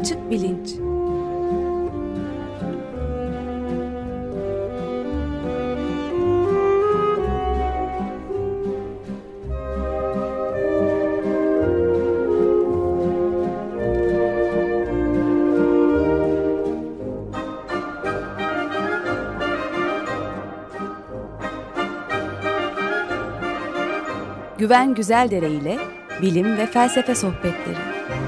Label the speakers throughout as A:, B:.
A: Açık Bilinç. Güven Güzeldere ile bilim ve felsefe sohbetleri.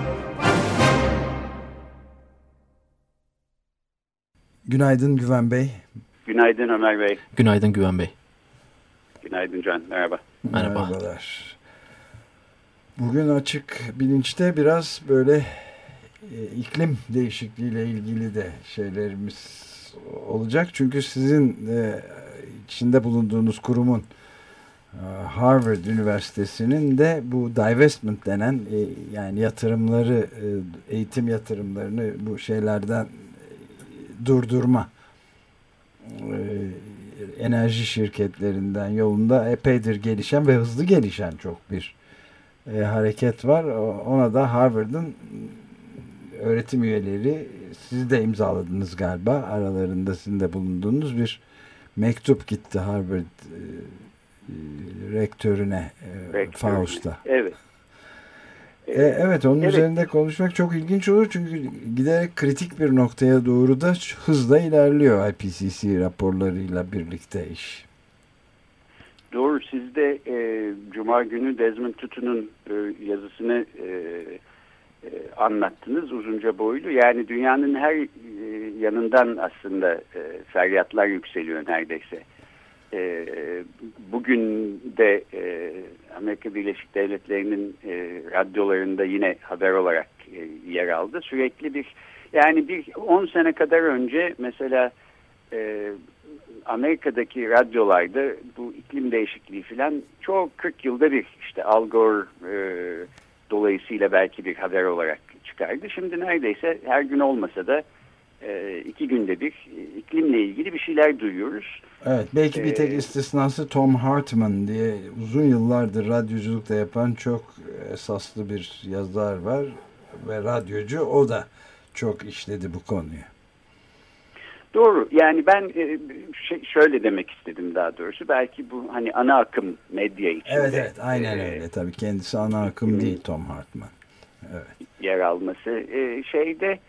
B: Günaydın Güven Bey.
C: Günaydın Ömer Bey.
D: Günaydın Güven Bey.
C: Günaydın Can. Merhaba.
B: Merhabalar. Bugün Açık Bilinç'te biraz böyle iklim değişikliğiyle ilgili de şeylerimiz olacak. Çünkü sizin içinde bulunduğunuz kurumun Harvard Üniversitesi'nin de bu divestment denen yani yatırımları, eğitim yatırımlarını bu şeylerden durdurma, enerji şirketlerinden yolunda epeydir gelişen ve hızlı gelişen çok bir hareket var. Ona da Harvard'ın öğretim üyeleri, siz de imzaladınız galiba, aralarında sizin de bulunduğunuz bir mektup gitti Harvard rektörüne, Faust'a.
C: Evet.
B: Evet, onun üzerinde konuşmak çok ilginç olur çünkü giderek kritik bir noktaya doğru da hızla ilerliyor IPCC raporlarıyla birlikte iş.
C: Doğru, siz de Cuma günü Desmond Tutu'nun yazısını anlattınız uzunca boylu. Yani dünyanın her yanından aslında feryatlar yükseliyor neredeyse. Bugün de Amerika Birleşik Devletleri'nin radyolarında yine haber olarak yer aldı. Sürekli bir 10 sene kadar önce mesela Amerika'daki radyolarda bu iklim değişikliği filan çok 40 yılda bir işte Al Gore dolayısıyla belki bir haber olarak çıkardı. Şimdi neredeyse her gün olmasa da 2 günde bir iklimle ilgili bir şeyler duyuyoruz.
B: Evet, belki bir tek istisnası Tom Hartman diye uzun yıllardır radyoculukta yapan çok esaslı bir yazar var ve radyocu, o da çok işledi bu konuyu.
C: Doğru, yani ben şöyle demek istedim daha doğrusu, belki bu hani ana akım medya içinde.
B: Evet, aynen öyle, tabii kendisi ana akım değil Tom Hartman. Evet.
C: Yer alması şeyde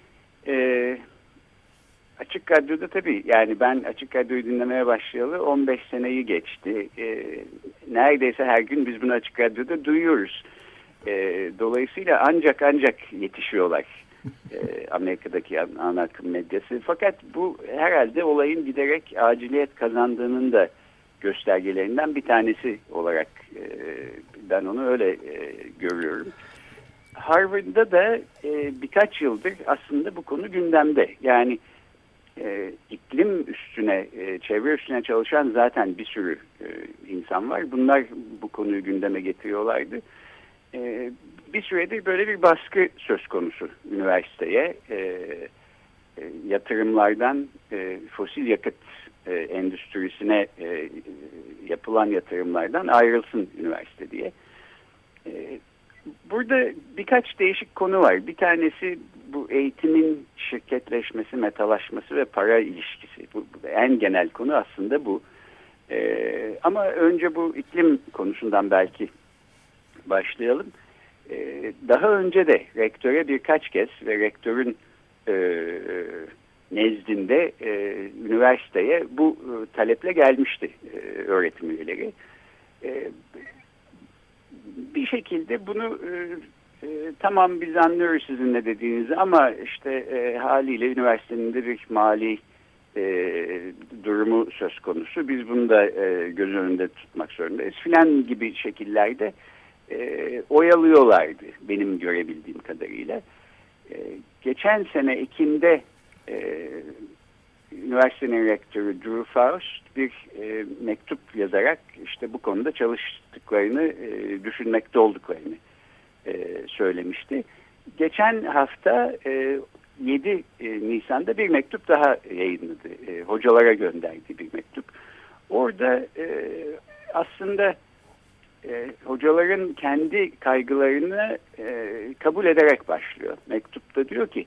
C: Açık Radyo'da tabii, yani ben Açık Radyo'yu dinlemeye başlayalı 15 seneyi geçti. Neredeyse her gün biz bunu Açık Radyo'da duyuyoruz. Dolayısıyla ancak yetişiyorlar Amerika'daki ana akım medyası. Fakat bu herhalde olayın giderek aciliyet kazandığının da göstergelerinden bir tanesi olarak ben onu öyle görüyorum. Harvard'da da birkaç yıldır aslında bu konu gündemde. Yani iklim üstüne, çevre üstüne çalışan zaten bir sürü insan var. Bunlar bu konuyu gündeme getiriyorlardı. Bir süredir böyle bir baskı söz konusu üniversiteye. Yatırımlardan fosil yakıt endüstrisine yapılan yatırımlardan ayrılsın üniversite diye. Burada birkaç değişik konu var. Bir tanesi bu eğitimin şirketleşmesi, metalaşması ve para ilişkisi. Bu en genel konu aslında bu. Ama önce bu iklim konusundan belki başlayalım. Daha önce de rektöre birkaç kez ve rektörün nezdinde üniversiteye bu taleple gelmişti öğretim üyeleri. Bir şekilde bunu tamam biz anlıyoruz sizin ne dediğinizi ama işte haliyle üniversitenin de bir mali durumu söz konusu. Biz bunu da göz önünde tutmak zorundayız filan gibi şekillerde oyalıyorlardı benim görebildiğim kadarıyla. Geçen sene Ekim'de üniversitenin rektörü Drew Faust bir mektup yazarak işte bu konuda çalıştıklarını, düşünmekte olduklarını söylemişti. Geçen hafta 7 Nisan'da bir mektup daha yayınladı. Hocalara gönderdiği bir mektup. Orada aslında hocaların kendi kaygılarını kabul ederek başlıyor. Mektupta diyor ki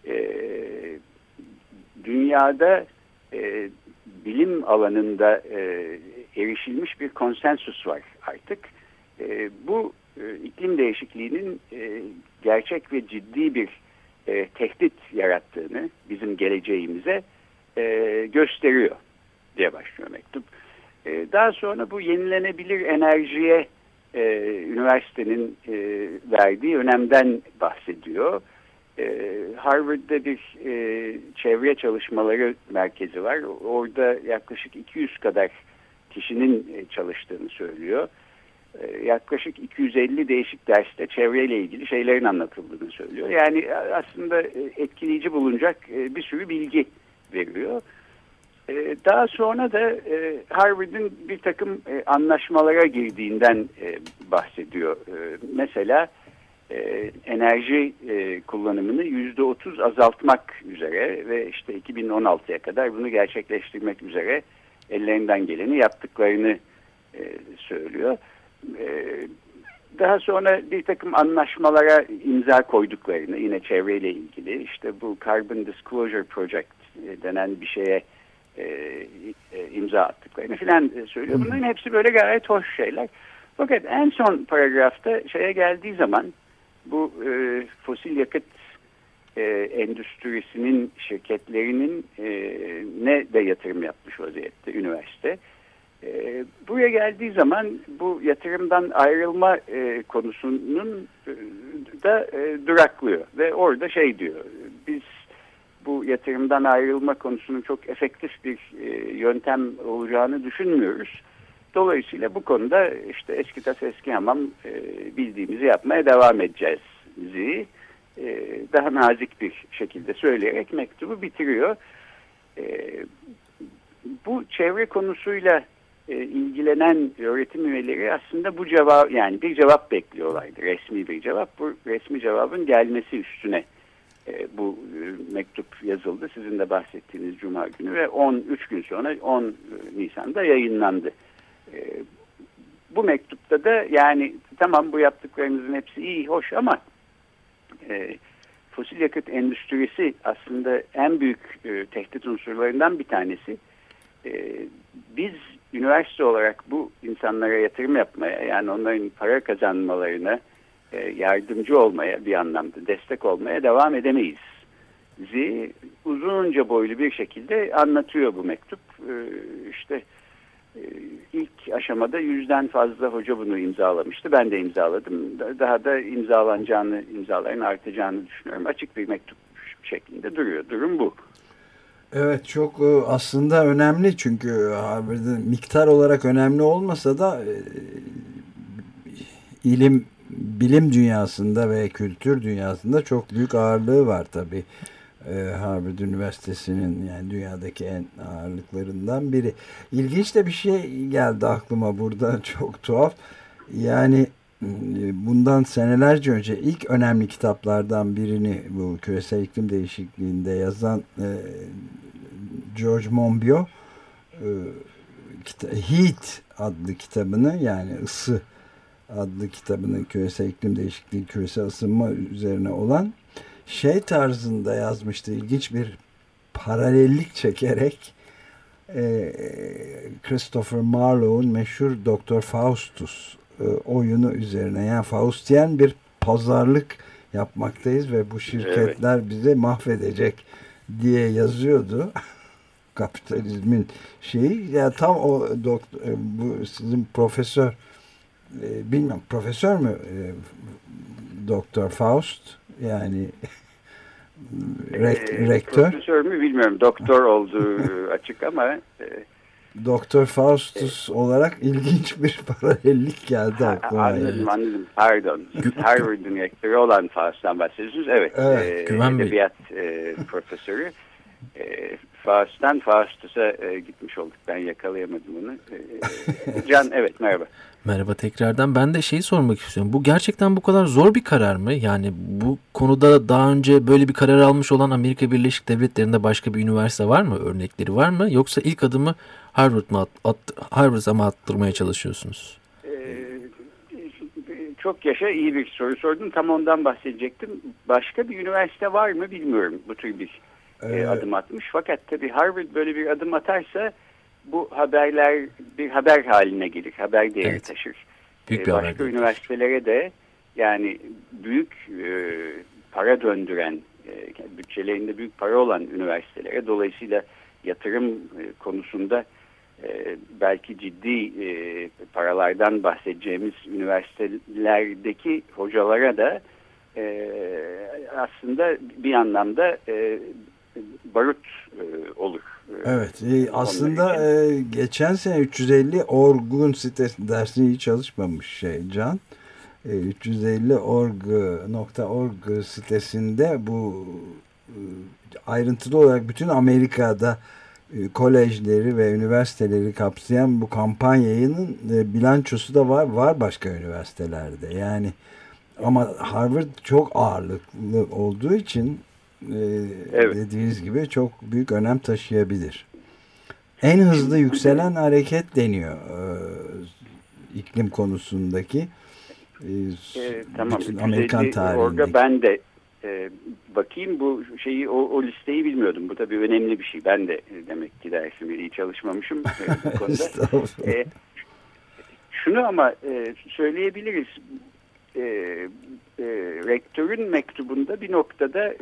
C: dünyada bilim alanında erişilmiş bir konsensus var artık. Bu iklim değişikliğinin gerçek ve ciddi bir tehdit yarattığını bizim geleceğimize gösteriyor diye başlıyor mektup. Daha sonra bu yenilenebilir enerjiye üniversitenin verdiği önemden bahsediyor. Harvard'da bir çevre çalışmaları merkezi var. Orada yaklaşık 200 kadar kişinin çalıştığını söylüyor. Yaklaşık 250 değişik derste çevreyle ilgili şeylerin anlatıldığını söylüyor. Yani aslında etkileyici bulunacak bir sürü bilgi veriyor. Daha sonra da Harvard'ın bir takım anlaşmalara girdiğinden bahsediyor. Mesela enerji kullanımını %30 azaltmak üzere ve işte 2016'ya kadar bunu gerçekleştirmek üzere ellerinden geleni yaptıklarını söylüyor. Daha sonra bir takım anlaşmalara imza koyduklarını, yine çevreyle ilgili, işte bu Carbon Disclosure Project denen bir şeye imza attıklarını filan söylüyor. Bunların hepsi böyle gayet hoş şeyler. Fakat en son paragrafta şeye geldiği zaman bu fosil yakıt endüstrisinin şirketlerinin ne de yatırım yapmış vaziyette üniversite. Buraya geldiği zaman bu yatırımdan ayrılma konusunun da duraklıyor ve orada şey diyor, biz bu yatırımdan ayrılma konusunun çok efektif bir yöntem olacağını düşünmüyoruz. Dolayısıyla bu konuda işte eski tas eski hamam bildiğimizi yapmaya devam edeceğiz daha nazik bir şekilde söyleyerek mektubu bitiriyor. Bu çevre konusuyla ilgilenen öğretim üyeleri aslında bu cevap, yani bir cevap bekliyorlardı, resmi bir cevap. Bu resmi cevabın gelmesi üstüne bu mektup yazıldı. Sizin de bahsettiğiniz Cuma günü ve 13 gün sonra 10 Nisan'da yayınlandı. Bu mektupta da yani tamam bu yaptıklarınızın hepsi iyi, hoş ama fosil yakıt endüstrisi aslında en büyük tehdit unsurlarından bir tanesi. Biz üniversite olarak bu insanlara yatırım yapmaya, yani onların para kazanmalarına yardımcı olmaya, bir anlamda destek olmaya devam edemeyiz. Uzunca boylu bir şekilde anlatıyor bu mektup. İşte ilk aşamada 100'den fazla hoca bunu imzalamıştı. Ben de imzaladım. Daha da imzaların artacağını düşünüyorum. Açık bir mektup şeklinde duruyor. Durum bu.
B: Evet, çok aslında önemli çünkü Harvard'ın miktar olarak önemli olmasa da bilim dünyasında ve kültür dünyasında çok büyük ağırlığı var tabii. Harvard Üniversitesi'nin yani dünyadaki en ağırlıklarından biri. İlginç de bir şey geldi aklıma burada, çok tuhaf. Yani bundan senelerce önce ilk önemli kitaplardan birini bu küresel iklim değişikliğinde yazan George Monbiot Heat adlı kitabını, yani ısı adlı kitabını, küresel iklim değişikliği, küresel ısınma üzerine olan şey tarzında yazmıştı. İlginç bir paralellik çekerek Christopher Marlowe'un meşhur Doktor Faustus oyunu üzerine, yani Faustiyen bir pazarlık yapmaktayız ve bu şirketler bizi mahvedecek diye yazıyordu. Kapitalizmin şeyi. Ya tam o bu sizin profesör, bilmiyorum profesör mü Doktor Faust, yani rektör.
C: Profesör mü bilmiyorum. Doktor olduğu açık ama
B: Doktor Faustus olarak ilginç bir paralellik geldi aklıma.
C: Anladım. Pardon. Harvard'ın rektörü olan Faust'tan bahsediyorsunuz. Evet. Edebiyat profesörü. Faust'tan Faustus'a gitmiş olduk. Ben yakalayamadım onu. Can, evet, merhaba.
D: Merhaba tekrardan. Ben de şeyi sormak istiyorum. Bu gerçekten bu kadar zor bir karar mı? Yani bu konuda daha önce böyle bir karar almış olan Amerika Birleşik Devletleri'nde başka bir üniversite var mı? Örnekleri var mı? Yoksa ilk adımı Harvard'a mı attırmaya çalışıyorsunuz?
C: çok yaşa, iyi bir soru sordun. Tam ondan bahsedecektim. Başka bir üniversite var mı bilmiyorum bu tür bir adım atmış. Fakat tabii Harvard böyle bir adım atarsa bu haberler bir haber haline gelir. Haber değeri taşır.
D: Büyük bir
C: başka üniversitelere de yani büyük para döndüren, bütçelerinde büyük para olan üniversitelere, dolayısıyla yatırım konusunda belki ciddi paralardan bahsedeceğimiz üniversitelerdeki hocalara da aslında bir anlamda barut olur.
B: Evet, aslında geçen sene 350 Org'un sitesi, dersini iyi çalışmamış Can. 350org.org sitesinde bu ayrıntılı olarak bütün Amerika'da kolejleri ve üniversiteleri kapsayan bu kampanyanın bilançosu da var başka üniversitelerde. Yani ama Harvard çok ağırlıklı olduğu için dediğiniz gibi çok büyük önem taşıyabilir. En hızlı yükselen hareket deniyor iklim konusundaki.
C: Tamam.
B: Amerikan tarihindeki.
C: Orada ben de bakayım bu şeyi, o listeyi bilmiyordum. Bu tabii önemli bir şey. Ben de demek ki dersimi iyi çalışmamışım bu konuda. Şunu ama söyleyebiliriz. Rektörün mektubunda bir noktada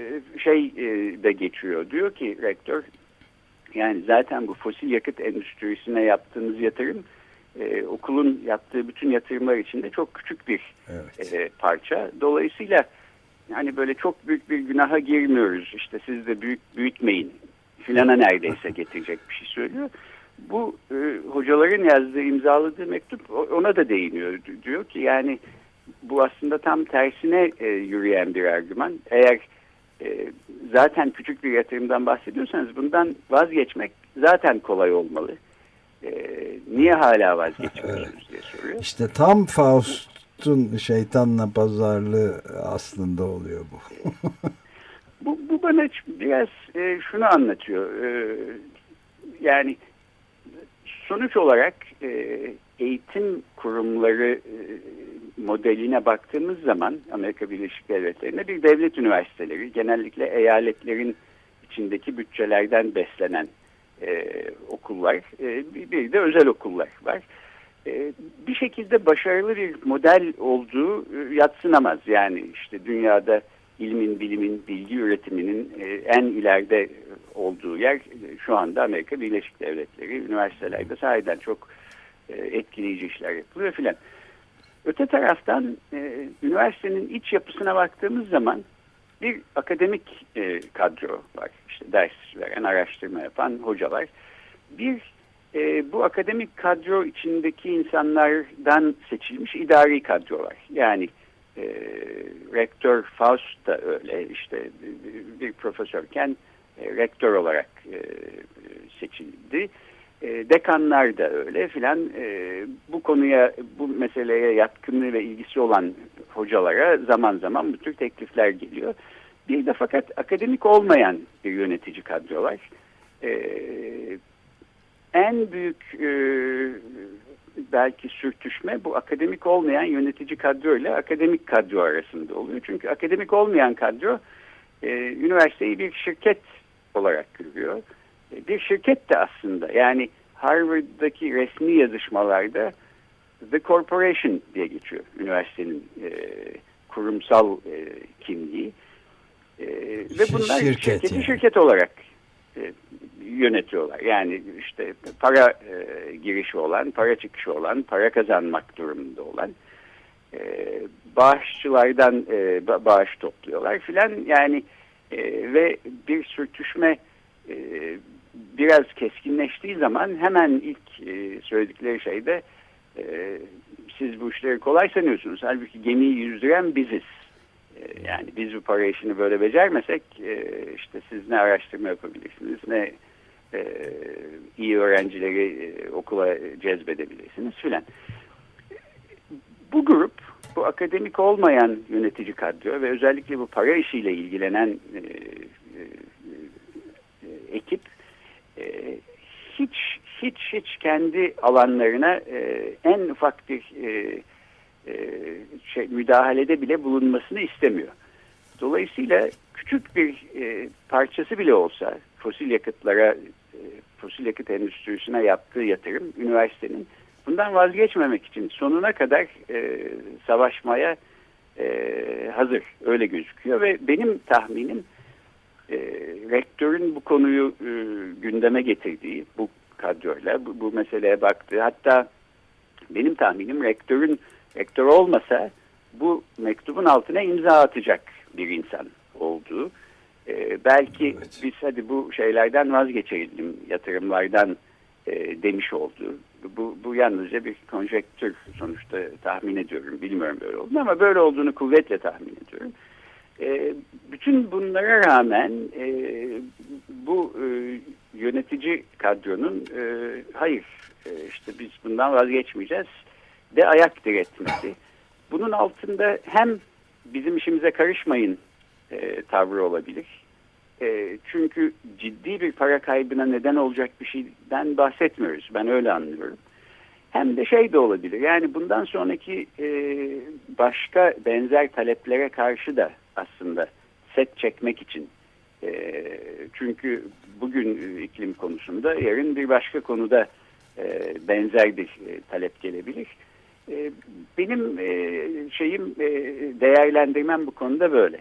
C: de geçiyor. Diyor ki rektör, yani zaten bu fosil yakıt endüstrisine yaptığınız yatırım okulun yaptığı bütün yatırımlar içinde çok küçük bir parça. Dolayısıyla yani böyle çok büyük bir günaha girmiyoruz. İşte siz de büyütmeyin filana neredeyse getirecek bir şey söylüyor. Bu hocaların yazdığı, imzaladığı mektup ona da değiniyor. Diyor ki yani bu aslında tam tersine yürüyen bir argüman. Eğer zaten küçük bir yatırımdan bahsediyorsanız bundan vazgeçmek zaten kolay olmalı. Niye hala vazgeçmiyorsunuz diye soruyor.
B: İşte tam Faust'un şeytanla pazarlığı aslında oluyor bu.
C: bu bana biraz şunu anlatıyor. Yani sonuç olarak eğitim kurumları modeline baktığımız zaman Amerika Birleşik Devletleri'nde bir devlet üniversiteleri, genellikle eyaletlerin içindeki bütçelerden beslenen okullar, bir de özel okullar var. Bir şekilde başarılı bir model olduğu yadsınamaz. Yani işte dünyada ilmin, bilimin, bilgi üretiminin en ileride olduğu yer şu anda Amerika Birleşik Devletleri. Üniversitelerde sahiden çok etkileyici işler yapılıyor filan. Öte taraftan üniversitenin iç yapısına baktığımız zaman bir akademik kadro var. İşte ders veren, araştırma yapan hocalar. Bir bu akademik kadro içindeki insanlardan seçilmiş idari kadro var. Yani rektör Faust da öyle, işte bir profesörken rektör olarak seçildi. Dekanlar da öyle filan. Bu konuya, bu meseleye yatkınlığı ve ilgisi olan hocalara zaman zaman bu tür teklifler geliyor. Bir de fakat akademik olmayan bir yönetici kadro var. En büyük belki sürtüşme bu akademik olmayan yönetici kadro ile akademik kadro arasında oluyor. Çünkü akademik olmayan kadro üniversiteyi bir şirket olarak görüyor. Bir şirket de aslında, yani Harvard'daki resmi yazışmalarda The Corporation diye geçiyor üniversitenin kurumsal kimliği. Ve bunlar şirketi şirket olarak yönetiyorlar. Yani işte para girişi olan, para çıkışı olan, para kazanmak durumunda olan bağışçılardan bağış topluyorlar filan. Yani ve bir sürtüşme biraz keskinleştiği zaman hemen ilk söyledikleri şey de siz bu işleri kolay sanıyorsunuz. Halbuki gemiyi yüzdüren biziz. Yani biz bu para işini böyle becermesek işte siz ne araştırma yapabilirsiniz, ne iyi öğrencileri okula cezbedebilirsiniz filan. Bu grup, bu akademik olmayan yönetici kadro ve özellikle bu para işiyle ilgilenen ekip hiç kendi alanlarına en ufak bir müdahalede bile bulunmasını istemiyor. Dolayısıyla küçük bir parçası bile olsa fosil yakıt endüstrisine yaptığı yatırım üniversitenin bundan vazgeçmemek için sonuna kadar savaşmaya hazır. Öyle gözüküyor ve benim tahminim rektörün bu konuyu gündeme getirdiği bu kadroyla bu meseleye baktığı, hatta benim tahminim rektör olmasa bu mektubun altına imza atacak bir insan olduğu. Belki evet, biz hadi bu şeylerden vazgeçelim, yatırımlardan demiş oldu. Bu yalnızca bir konjektür, sonuçta tahmin ediyorum. Bilmiyorum böyle olduğunu ama böyle olduğunu kuvvetle tahmin ediyorum. Bütün bunlara rağmen bu yönetici kadronun hayır işte biz bundan vazgeçmeyeceğiz de ayak diretmesi. Bunun altında hem bizim işimize karışmayın tavrı olabilir. Çünkü ciddi bir para kaybına neden olacak bir şeyden bahsetmiyoruz. Ben öyle anlıyorum. Hem de şey de olabilir. Yani bundan sonraki başka benzer taleplere karşı da aslında set çekmek için. Çünkü bugün iklim konusunda, yarın bir başka konuda benzer bir talep gelebilir. Benim değerlendirmem bu konuda böyle.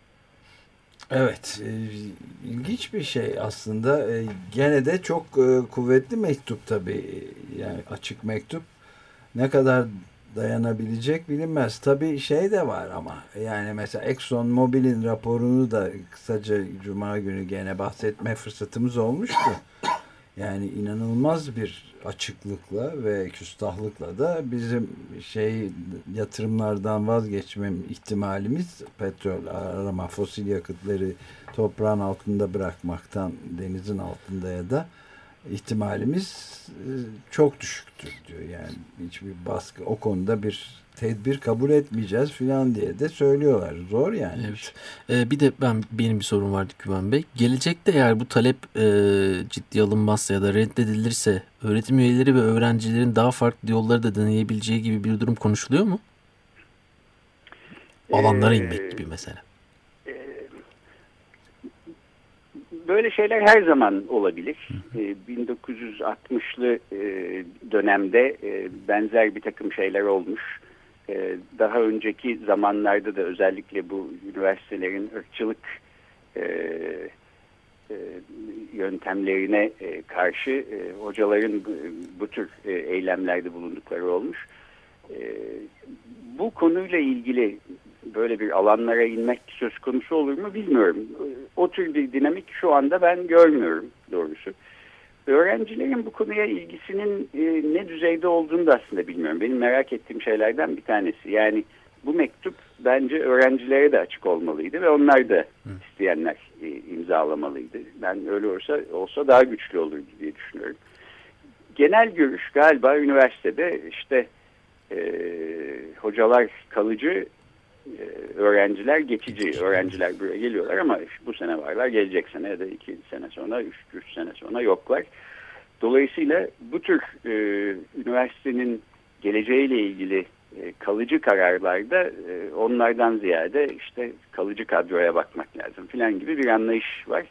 B: Evet, ilginç bir şey aslında. Gene de çok kuvvetli mektup tabii. Yani açık mektup ne kadar dayanabilecek bilinmez. Tabii şey de var ama yani mesela Exxon Mobil'in raporunu da kısaca Cuma günü gene bahsetme fırsatımız olmuştu. Yani inanılmaz bir açıklıkla ve küstahlıkla da bizim yatırımlardan vazgeçmem ihtimalimiz, petrol arama, fosil yakıtları toprağın altında bırakmaktan denizin altında ya da ihtimalimiz çok düşüktür diyor. Yani hiçbir baskı o konuda bir tedbir kabul etmeyeceğiz filan diye de söylüyorlar. Zor yani.
D: Evet. Bir de benim bir sorum vardı Güven Bey. Gelecekte eğer bu talep ciddiye alınmazsa ya da reddedilirse öğretim üyeleri ve öğrencilerin daha farklı yolları da deneyebileceği gibi bir durum konuşuluyor mu? Alanlara inmek gibi mesela.
C: Böyle şeyler her zaman olabilir. 1960'lı dönemde benzer bir takım şeyler olmuş. Daha önceki zamanlarda da özellikle bu üniversitelerin ırkçılık yöntemlerine karşı hocaların bu tür eylemlerde bulundukları olmuş. Bu konuyla ilgili böyle bir alanlara inmek söz konusu olur mu bilmiyorum. O tür bir dinamik şu anda ben görmüyorum doğrusu. Öğrencilerin bu konuya ilgisinin ne düzeyde olduğunu da aslında bilmiyorum. Benim merak ettiğim şeylerden bir tanesi. Yani bu mektup bence öğrencilere de açık olmalıydı ve onlar da isteyenler imzalamalıydı. Ben öyle olsa daha güçlü olurdu diye düşünüyorum. Genel görüş galiba üniversitede işte hocalar kalıcı, öğrenciler geçici. Öğrenciler buraya geliyorlar ama bu sene varlar, gelecek sene ya da 2 sene sonra, 3 sene sonra yoklar. Dolayısıyla bu tür üniversitenin geleceğiyle ilgili kalıcı kararlarda onlardan ziyade işte kalıcı kadroya bakmak lazım filan gibi bir anlayış var.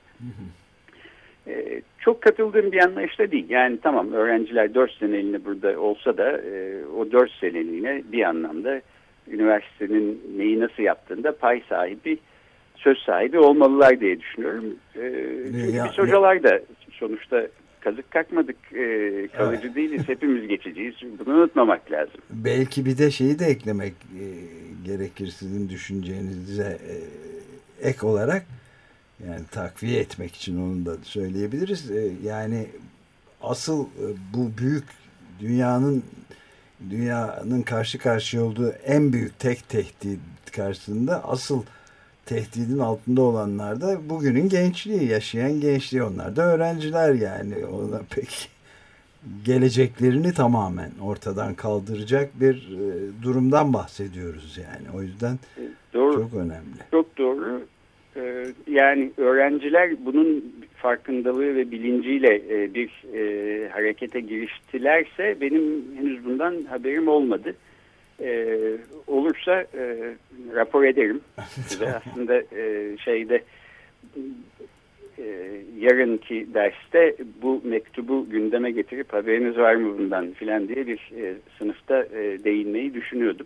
C: Çok katıldığım bir anlayışta değil. Yani tamam, öğrenciler 4 seneliğine burada olsa da o 4 seneliğine bir anlamda üniversitenin neyi nasıl yaptığında pay sahibi, söz sahibi olmalılar diye düşünüyorum. Çünkü biz hocalar da sonuçta kazık kalkmadık, kalıcı değiliz, hepimiz geçeceğiz. Bunu unutmamak lazım.
B: Belki bir de şeyi de eklemek gerekir sizin düşüncenize ek olarak, yani takviye etmek için onu da söyleyebiliriz. Yani asıl bu büyük dünyanın karşı karşıya olduğu en büyük tek tehdit karşısında asıl tehdidin altında olanlar da bugünün gençliği, yaşayan gençliği. Onlar da öğrenciler yani. Ona pek geleceklerini tamamen ortadan kaldıracak bir durumdan bahsediyoruz yani. O yüzden doğru, çok önemli.
C: Çok doğru. Yani öğrenciler bunun farkındalığı ve bilinciyle bir harekete giriştilerse benim henüz bundan haberim olmadı. Olursa rapor ederim. Size aslında yarınki derste bu mektubu gündeme getirip haberiniz var mı bundan filan diye bir sınıfta değinmeyi düşünüyordum.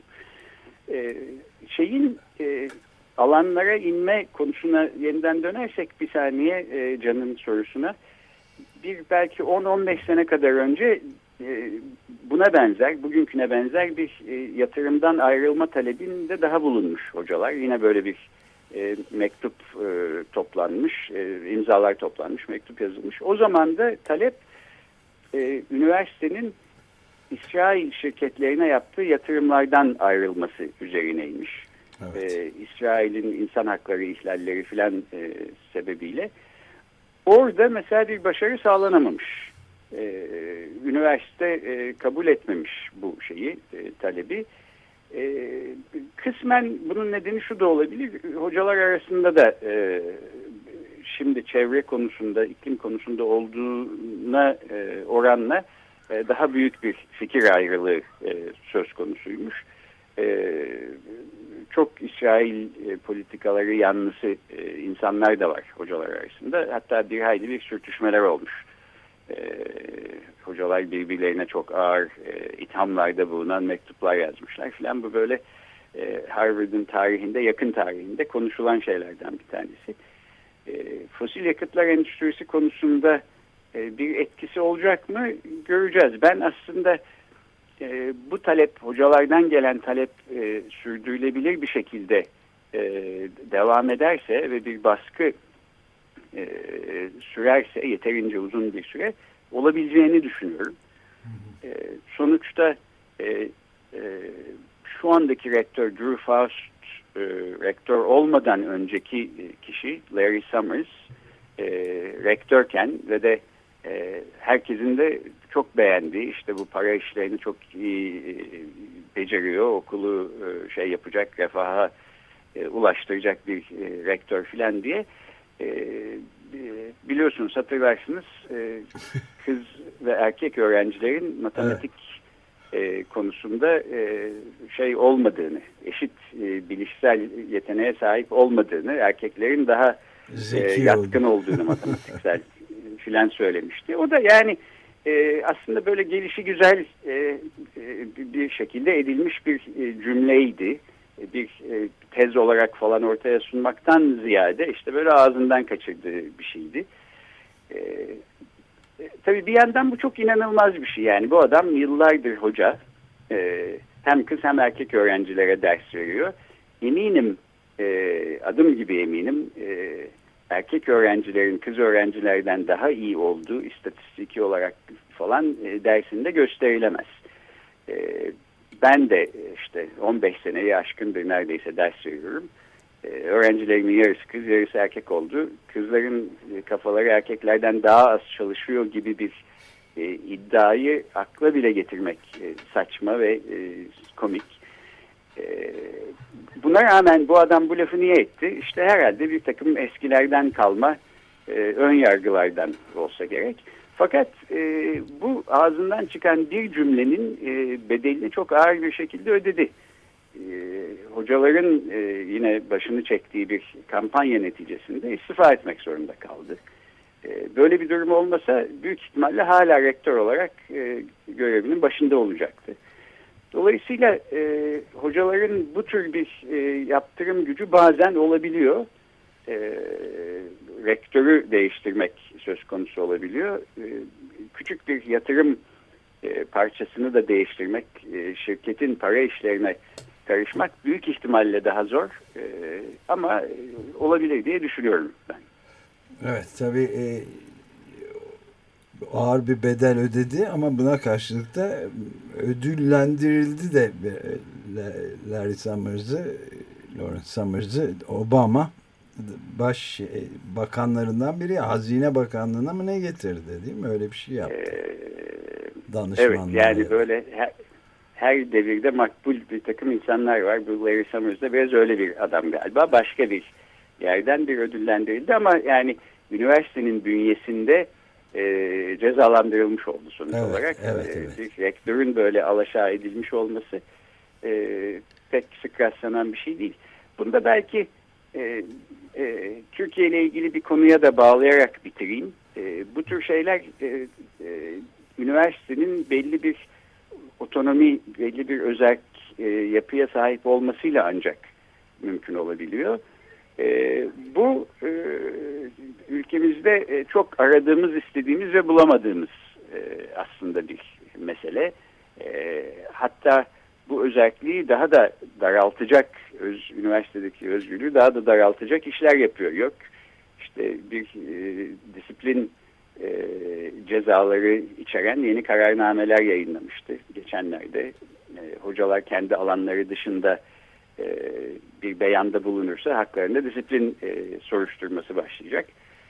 C: Alanlara inme konusuna yeniden dönersek bir saniye Can'ın sorusuna. Belki 10-15 sene kadar önce buna benzer, bugünküne benzer bir yatırımdan ayrılma talebinde daha bulunmuş hocalar. Yine böyle bir mektup toplanmış, imzalar toplanmış, mektup yazılmış. O zaman da talep üniversitenin İsrail şirketlerine yaptığı yatırımlardan ayrılması üzerineymiş. Evet. İsrail'in insan hakları ihlalleri filan sebebiyle. Orada mesela bir başarı sağlanamamış. Üniversite kabul etmemiş bu talebi. Kısmen bunun nedeni şu da olabilir. Hocalar arasında da şimdi çevre konusunda, iklim konusunda olduğuna oranla daha büyük bir fikir ayrılığı söz konusuymuş. Çok İsrail politikaları yanlısı insanlar da var hocalar arasında. Hatta bir hayli bir sürtüşmeler olmuş. Hocalar birbirlerine çok ağır ithamlarda bulunan mektuplar yazmışlar filan. Bu böyle Harvard'ın tarihinde, yakın tarihinde konuşulan şeylerden bir tanesi. Fosil yakıtlar endüstrisi konusunda bir etkisi olacak mı göreceğiz. Ben aslında bu talep, hocalardan gelen talep sürdürülebilir bir şekilde devam ederse ve bir baskı sürerse, yeterince uzun bir süre olabileceğini düşünüyorum. Sonuçta şu andaki rektör Drew Faust, rektör olmadan önceki kişi Larry Summers rektörken ve de herkesin de çok beğendiği, işte bu para işlerini çok iyi beceriyor, okulu yapacak, refaha ulaştıracak bir rektör filan diye biliyorsunuz, hatırlarsınız, kız ve erkek öğrencilerin matematik konusunda olmadığını, eşit bilişsel yeteneğe sahip olmadığını, erkeklerin daha yatkın olduğunu matematiksel filan söylemişti. O da yani aslında böyle gelişigüzel bir şekilde edilmiş bir cümleydi. Bir tez olarak falan ortaya sunmaktan ziyade işte böyle ağzından kaçırdığı bir şeydi. Tabii bir yandan bu çok inanılmaz bir şey. Yani bu adam yıllardır hoca. Hem kız hem erkek öğrencilere ders veriyor. Eminim, adım gibi eminim, erkek öğrencilerin kız öğrencilerden daha iyi olduğu istatistiki olarak falan dersinde gösterilemez. Ben de işte 15 seneyi aşkındır neredeyse ders veriyorum. Öğrencilerimin yarısı kız, yarısı erkek oldu. Kızların kafaları erkeklerden daha az çalışıyor gibi bir iddiayı akla bile getirmek saçma ve komik. Buna rağmen bu adam bu lafı niye etti? İşte herhalde bir takım eskilerden kalma ön yargılardan olsa gerek. Fakat bu ağzından çıkan bir cümlenin bedelini çok ağır bir şekilde ödedi. Hocaların yine başını çektiği bir kampanya neticesinde istifa etmek zorunda kaldı. Böyle bir durum olmasa büyük ihtimalle hala rektör olarak görevinin başında olacaktı. Dolayısıyla hocaların bu tür bir yaptırım gücü bazen olabiliyor. Rektörü değiştirmek söz konusu olabiliyor. Küçük bir yatırım parçasını da değiştirmek, şirketin para işlerine karışmak büyük ihtimalle daha zor. Ama olabilir diye düşünüyorum ben.
B: Evet, tabii ağır bir bedel ödedi ama buna karşılık da ödüllendirildi de Larry Summers'ı, Lawrence Summers'ı Obama baş bakanlarından biri, Hazine Bakanlığı'na mı ne getirdi, değil mi? Öyle bir şey yaptı. Danışmanlar.
C: Evet, yani böyle her devirde makbul bir takım insanlar var. Bu Larry Summers da biraz öyle bir adam galiba. Başka bir yerden bir ödüllendirildi ama yani üniversitenin bünyesinde cezalandırılmış oldu sonuç olarak.
B: Evet.
C: Bir rektörün böyle alaşağı edilmiş olması pek sık rastlanan bir şey değil. Bunda belki Türkiye ile ilgili bir konuya da bağlayarak bitireyim. Bu tür şeyler üniversitenin belli bir otonomi, belli bir özerk yapıya sahip olmasıyla ancak mümkün olabiliyor. Bu ülkemizde çok aradığımız, istediğimiz ve bulamadığımız aslında bir mesele. Hatta bu özelliği daha da daraltacak, üniversitedeki özgürlüğü daha da daraltacak işler yapıyor. Yok işte bir disiplin cezaları içeren yeni kararnameler yayınlamıştı geçenlerde. Hocalar kendi alanları dışında bir beyanda bulunursa haklarında disiplin soruşturması başlayacak.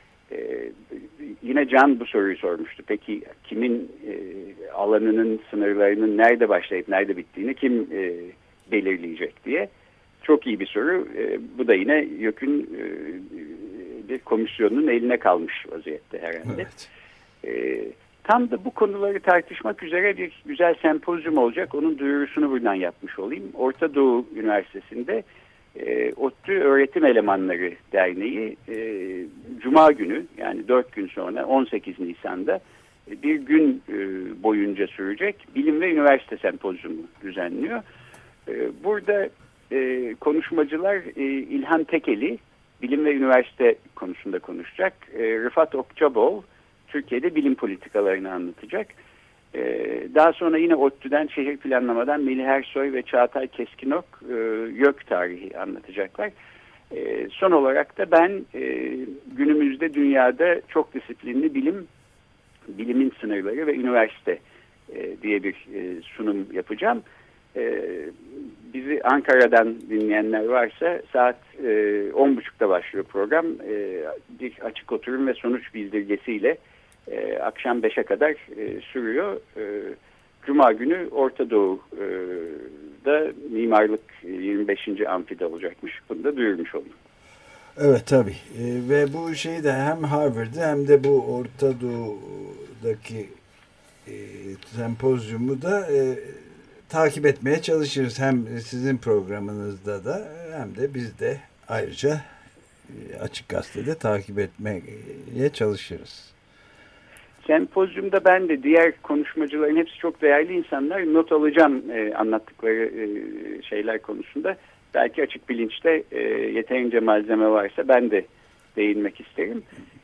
C: Yine Can bu soruyu sormuştu. Peki kimin alanının sınırlarının nerede başlayıp nerede bittiğini kim belirleyecek diye. Çok iyi bir soru. Bu da yine YÖK'ün bir komisyonun eline kalmış vaziyette herhalde. Evet. Tam da bu konuları tartışmak üzere bir güzel sempozyum olacak. Onun duyurusunu buradan yapmış olayım. Orta Doğu Üniversitesi'nde ODTÜ Öğretim Elemanları Derneği Cuma günü, yani 4 gün sonra 18 Nisan'da bir gün boyunca sürecek bilim ve üniversite sempozyumu düzenliyor. Burada konuşmacılar İlhan Tekeli bilim ve üniversite konusunda konuşacak. Rıfat Okçabol Türkiye'de bilim politikalarını anlatacak. Daha sonra yine ODTÜ'den şehir planlamadan Melih Ersoy ve Çağatay Keskinok YÖK tarihi anlatacaklar. Son olarak da ben günümüzde dünyada çok disiplinli bilimin sınırları ve üniversite diye bir sunum yapacağım. Bizi Ankara'dan dinleyenler varsa saat 10.30'da başlıyor program. Bir açık oturum ve sonuç bildirgesiyle akşam 5'e kadar sürüyor. Cuma günü Orta Doğu'da mimarlık 25. amfide olacakmış. Bunu da duyurmuş oldum.
B: Evet tabii. Ve bu şeyi de hem Harvard'ı hem de bu Orta Doğu'daki sempozyumu da takip etmeye çalışırız. Hem sizin programınızda da hem de biz de ayrıca Açık Gazete'de takip etmeye çalışırız.
C: Sempozyumda ben de diğer konuşmacıların hepsi çok değerli insanlar. Not alacağım anlattıkları şeyler konusunda. Belki Açık Bilinç'te yeterince malzeme varsa ben de değinmek isterim.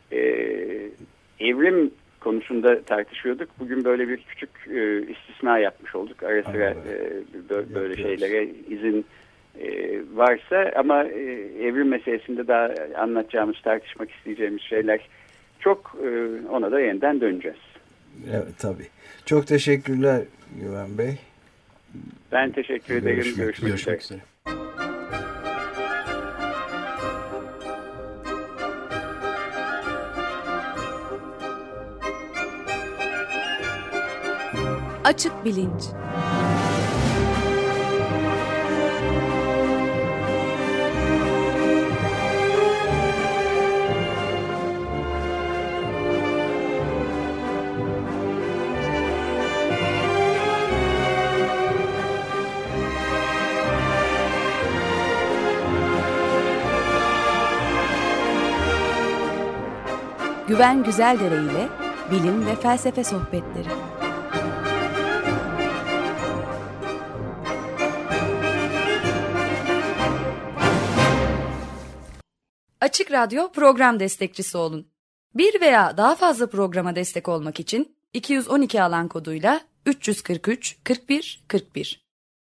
C: Evrim konusunda tartışıyorduk. Bugün böyle bir küçük istisna yapmış olduk. Ara sıra böyle şeylere izin varsa ama evrim meselesinde daha anlatacağımız, tartışmak isteyeceğimiz şeyler çok, ona da yeniden döneceğiz.
B: Evet tabii. Çok teşekkürler Güven Bey.
C: Ben teşekkür ederim. Görüşmek üzere.
A: Açık Bilinç. Güven Güzeldere ile bilim ve felsefe sohbetleri. Açık Radyo program destekçisi olun. Bir veya daha fazla programa destek olmak için 212 alan koduyla 343 41 41